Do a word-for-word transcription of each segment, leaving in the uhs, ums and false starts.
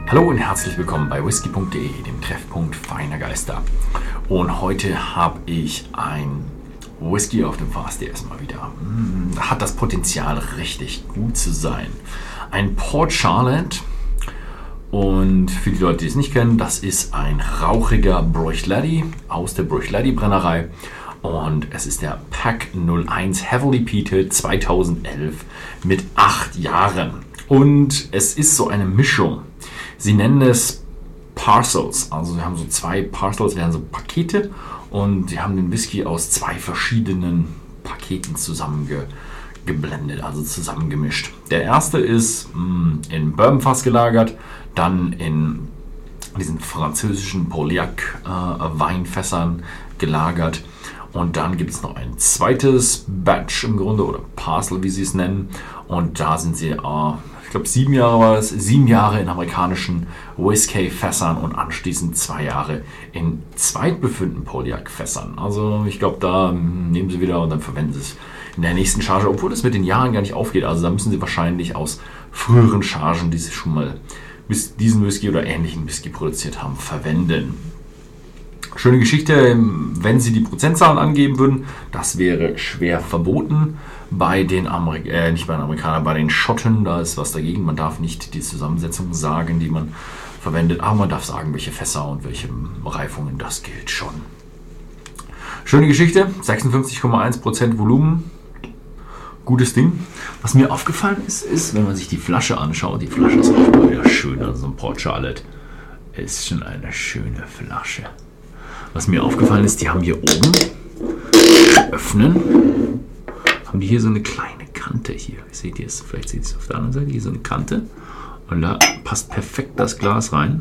Hallo und herzlich willkommen bei whisky punkt de, dem Treffpunkt feiner Geister. Und heute habe ich ein Whisky auf dem Fass, der erstmal wieder mm, hat das Potenzial, richtig gut zu sein. Ein Port Charlotte. Und für die Leute, die es nicht kennen, das ist ein rauchiger Bruichladdich aus der Bruichladdich Brennerei. Und es ist der Pack null eins Heavily Peated zweitausendelf mit acht Jahren. Und es ist so eine Mischung. Sie nennen es Parcels, also sie haben so zwei Parcels, wären so Pakete, und sie haben den Whisky aus zwei verschiedenen Paketen zusammengeblendet, also zusammengemischt. Der erste ist mh, in Bourbonfass gelagert, dann in diesen französischen Pauillac äh, Weinfässern gelagert, und dann gibt es noch ein zweites Batch im Grunde, oder Parcel, wie sie es nennen, und da sind sie äh, ich glaube sieben Jahre war es, sieben Jahre in amerikanischen Whisky-Fässern und anschließend zwei Jahre in zweitbefüllten Pauillac-Fässern. Also ich glaube, da nehmen sie wieder und dann verwenden sie es in der nächsten Charge, obwohl das mit den Jahren gar nicht aufgeht. Also da müssen sie wahrscheinlich aus früheren Chargen, die sie schon mal bis diesen Whisky oder ähnlichen Whisky produziert haben, verwenden. Schöne Geschichte, wenn sie die Prozentzahlen angeben würden, das wäre schwer verboten. Bei den Amerik äh, nicht bei den Amerikanern, bei den Schotten, da ist was dagegen. Man darf nicht die Zusammensetzung sagen, die man verwendet, aber man darf sagen, welche Fässer und welche Reifungen, das gilt schon. Schöne Geschichte, sechsundfünfzig Komma eins Prozent Volumen, gutes Ding. Was mir aufgefallen ist, ist, wenn man sich die Flasche anschaut, die Flasche ist auch mal wieder schön, also so ein Port Charlotte ist schon eine schöne Flasche. Was mir aufgefallen ist, die haben hier oben öffnen, haben die hier so eine kleine Kante hier. Seht ihr es? Vielleicht seht ihr es auf der anderen Seite. Hier so eine Kante. Und da passt perfekt das Glas rein.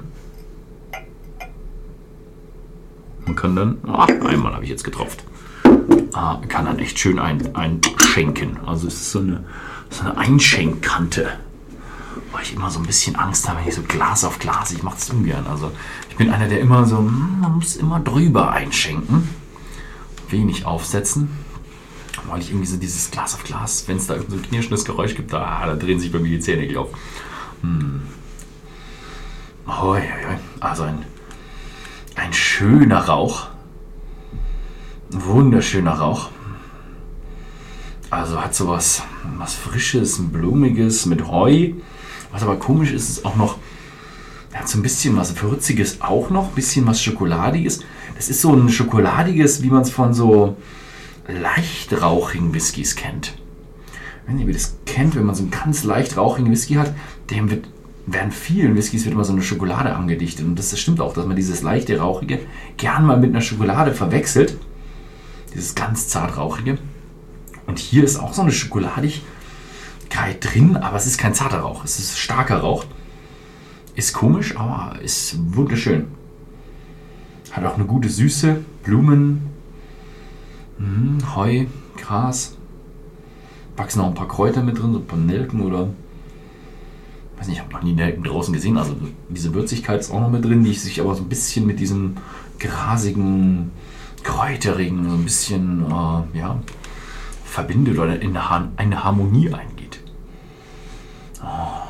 Man kann dann, ach, einmal habe ich jetzt getropft, ah, kann dann echt schön ein, einschenken. Also es ist so eine, so eine Einschenkkante. Weil ich immer so ein bisschen Angst habe, wenn ich so Glas auf Glas, ich mache es ungern. Also ich bin einer, der immer so, man muss immer drüber einschenken. Wenig aufsetzen. Weil ich irgendwie so dieses Glas auf Glas, wenn es da irgend so ein knirschendes Geräusch gibt, da, da drehen sich bei mir die Zähne auf. Hm. Oh, ja, ja. Also ein, ein schöner Rauch. Ein wunderschöner Rauch. Also hat sowas was Frisches, ein Blumiges mit Heu. Was aber komisch ist, ist auch noch, er hat so ein bisschen was Würziges auch noch, ein bisschen was Schokoladiges. Das ist so ein Schokoladiges, wie man es von so leicht rauchigen Whiskys kennt. Wenn ihr das kennt, wenn man so einen ganz leicht rauchigen Whisky hat, dem wird, während vielen Whiskys wird immer so eine Schokolade angedichtet. Und das, das stimmt auch, dass man dieses leichte Rauchige gern mal mit einer Schokolade verwechselt. Dieses ganz zart Rauchige. Und hier ist auch so eine Schokoladigkeit drin, aber es ist kein zarter Rauch, es ist starker Rauch. Ist komisch, aber ist wunderschön. Hat auch eine gute Süße, Blumen, Hm, Heu, Gras, wachsen auch ein paar Kräuter mit drin, so ein paar Nelken oder, weiß nicht, ich habe noch nie Nelken draußen gesehen, also diese Würzigkeit ist auch noch mit drin, die sich aber so ein bisschen mit diesem grasigen, kräuterigen, so ein bisschen, äh, ja, verbindet oder in eine Harmonie eingeht. Oh.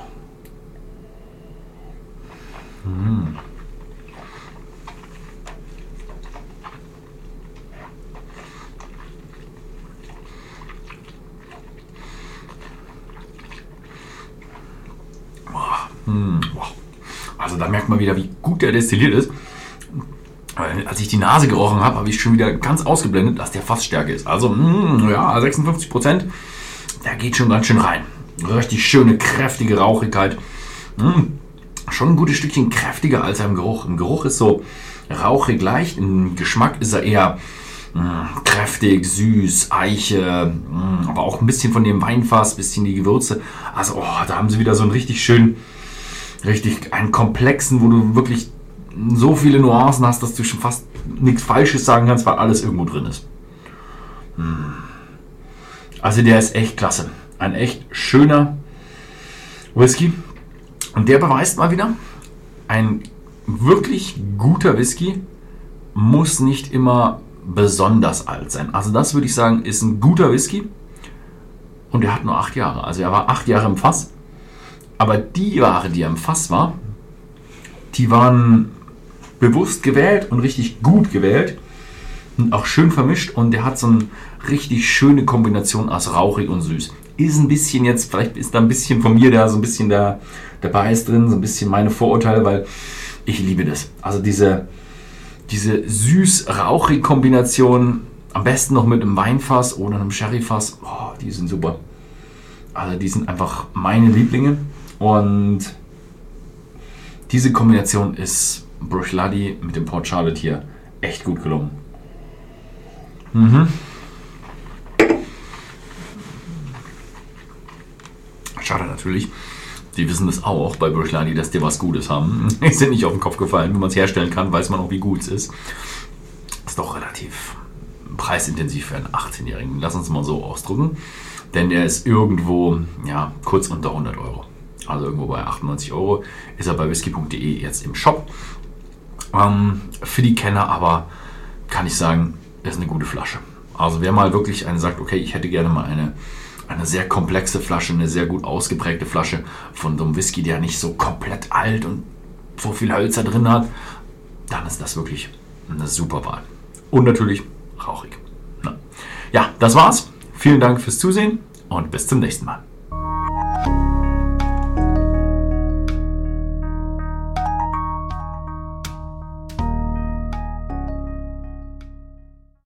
Hm. Also da merkt man wieder, wie gut der destilliert ist. Als ich die Nase gerochen habe, habe ich schon wieder ganz ausgeblendet, dass der Fassstärke ist. Also mh, ja, sechsundfünfzig Prozent, der geht schon ganz schön rein. Richtig schöne, kräftige Rauchigkeit. Mh, schon ein gutes Stückchen kräftiger als er im Geruch. Im Geruch ist so rauchig leicht, im Geschmack ist er eher mh, kräftig, süß, Eiche, mh, aber auch ein bisschen von dem Weinfass, ein bisschen die Gewürze. Also oh, da haben sie wieder so einen richtig schönen, richtig einen komplexen, wo du wirklich so viele Nuancen hast, dass du schon fast nichts Falsches sagen kannst, weil alles irgendwo drin ist. Also der ist echt klasse. Ein echt schöner Whisky. Und der beweist mal wieder, ein wirklich guter Whisky muss nicht immer besonders alt sein. Also das würde ich sagen, ist ein guter Whisky. Und er hat nur acht Jahre. Also er war acht Jahre im Fass. Aber die Ware, die er im Fass war, Die waren bewusst gewählt und richtig gut gewählt und auch schön vermischt und der hat so eine richtig schöne Kombination aus rauchig und süß. Ist ein bisschen jetzt, vielleicht ist da ein bisschen von mir da so ein bisschen der, der Bias drin, so ein bisschen meine Vorurteile, weil ich liebe das. Also diese, diese süß-rauchige Kombination, am besten noch mit einem Weinfass oder einem Sherryfass, oh, die sind super. Also die sind einfach meine Lieblinge und diese Kombination ist Bruichladdich mit dem Port Charlotte hier echt gut gelungen. Mhm. Schade natürlich. Die wissen das auch bei Bruichladdich, dass die was Gutes haben. Die sind nicht auf den Kopf gefallen. Wenn man es herstellen kann, weiß man auch, wie gut es ist. Ist doch relativ preisintensiv für einen achtzehnjährigen. Lass uns mal so ausdrücken. Denn der ist irgendwo ja, kurz unter hundert Euro. Also irgendwo bei achtundneunzig Euro ist er bei whisky punkt de jetzt im Shop. Ähm, für die Kenner aber kann ich sagen, ist eine gute Flasche. Also wer mal wirklich einen sagt, okay, ich hätte gerne mal eine, eine sehr komplexe Flasche, eine sehr gut ausgeprägte Flasche von so einem Whisky, der nicht so komplett alt und so viel Hölzer drin hat, dann ist das wirklich eine super Wahl. Und natürlich rauchig. Na. Ja, das war's. Vielen Dank fürs Zusehen und bis zum nächsten Mal.